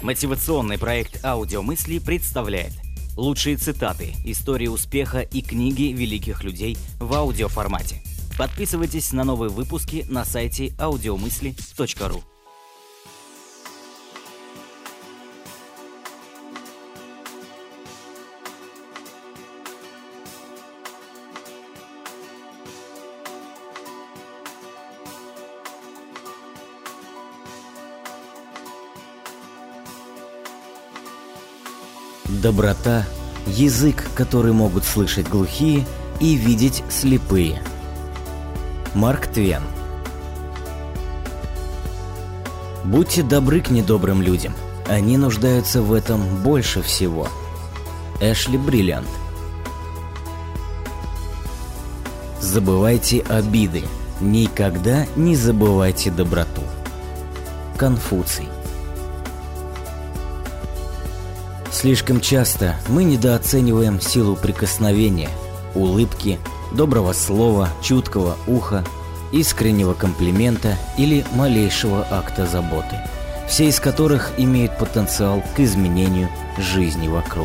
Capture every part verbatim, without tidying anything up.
Мотивационный проект «Аудиомысли» представляет лучшие цитаты, истории успеха и книги великих людей в аудиоформате. Подписывайтесь на новые выпуски на сайте аудиомысли точка ру. Доброта – язык, который могут слышать глухие и видеть слепые. Марк Твен. Будьте добры к недобрым людям, они нуждаются в этом больше всего. Эшли Бриллиант. Забывайте обиды, никогда не забывайте доброту. Конфуций. Слишком часто мы недооцениваем силу прикосновения, улыбки, доброго слова, чуткого уха, искреннего комплимента или малейшего акта заботы, все из которых имеют потенциал к изменению жизни вокруг.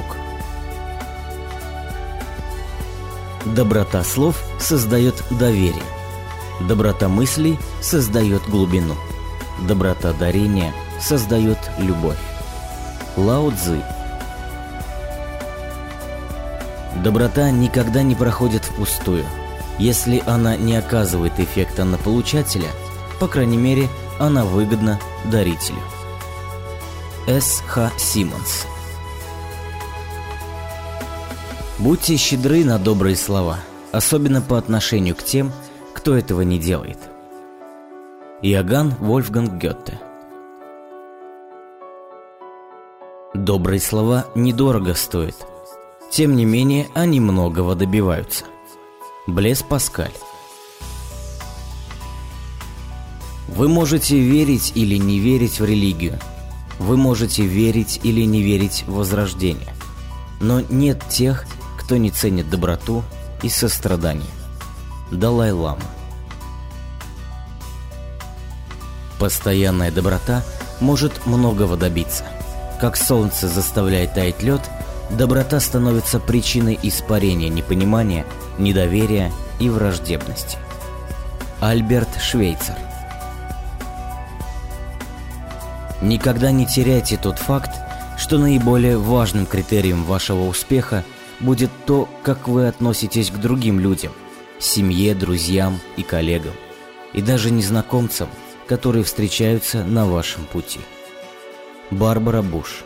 Доброта слов создает доверие. Доброта мыслей создает глубину. Доброта дарения создает любовь. Лао Цзы. Доброта никогда не проходит впустую. Если она не оказывает эффекта на получателя, по крайней мере, она выгодна дарителю. С Х Симмонс. Будьте щедры на добрые слова, особенно по отношению к тем, кто этого не делает. Иоганн Вольфганг Гёте. Добрые слова недорого стоят. Тем не менее, они многого добиваются. Блез Паскаль. Вы можете верить или не верить в религию. Вы можете верить или не верить в возрождение. Но нет тех, кто не ценит доброту и сострадание. Далай-лама. Постоянная доброта может многого добиться. Как солнце заставляет таять лед, доброта становится причиной испарения непонимания, недоверия и враждебности. Альберт Швейцер. Никогда не теряйте тот факт, что наиболее важным критерием вашего успеха будет то, как вы относитесь к другим людям, семье, друзьям и коллегам, и даже незнакомцам, которые встречаются на вашем пути. Барбара Буш.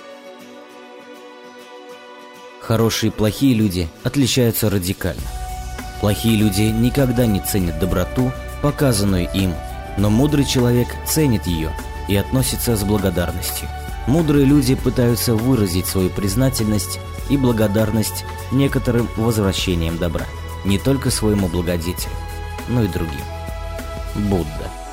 Хорошие и плохие люди отличаются радикально. Плохие люди никогда не ценят доброту, показанную им, но мудрый человек ценит ее и относится с благодарностью. Мудрые люди пытаются выразить свою признательность и благодарность некоторым возвращением добра, не только своему благодетелю, но и другим. Будда.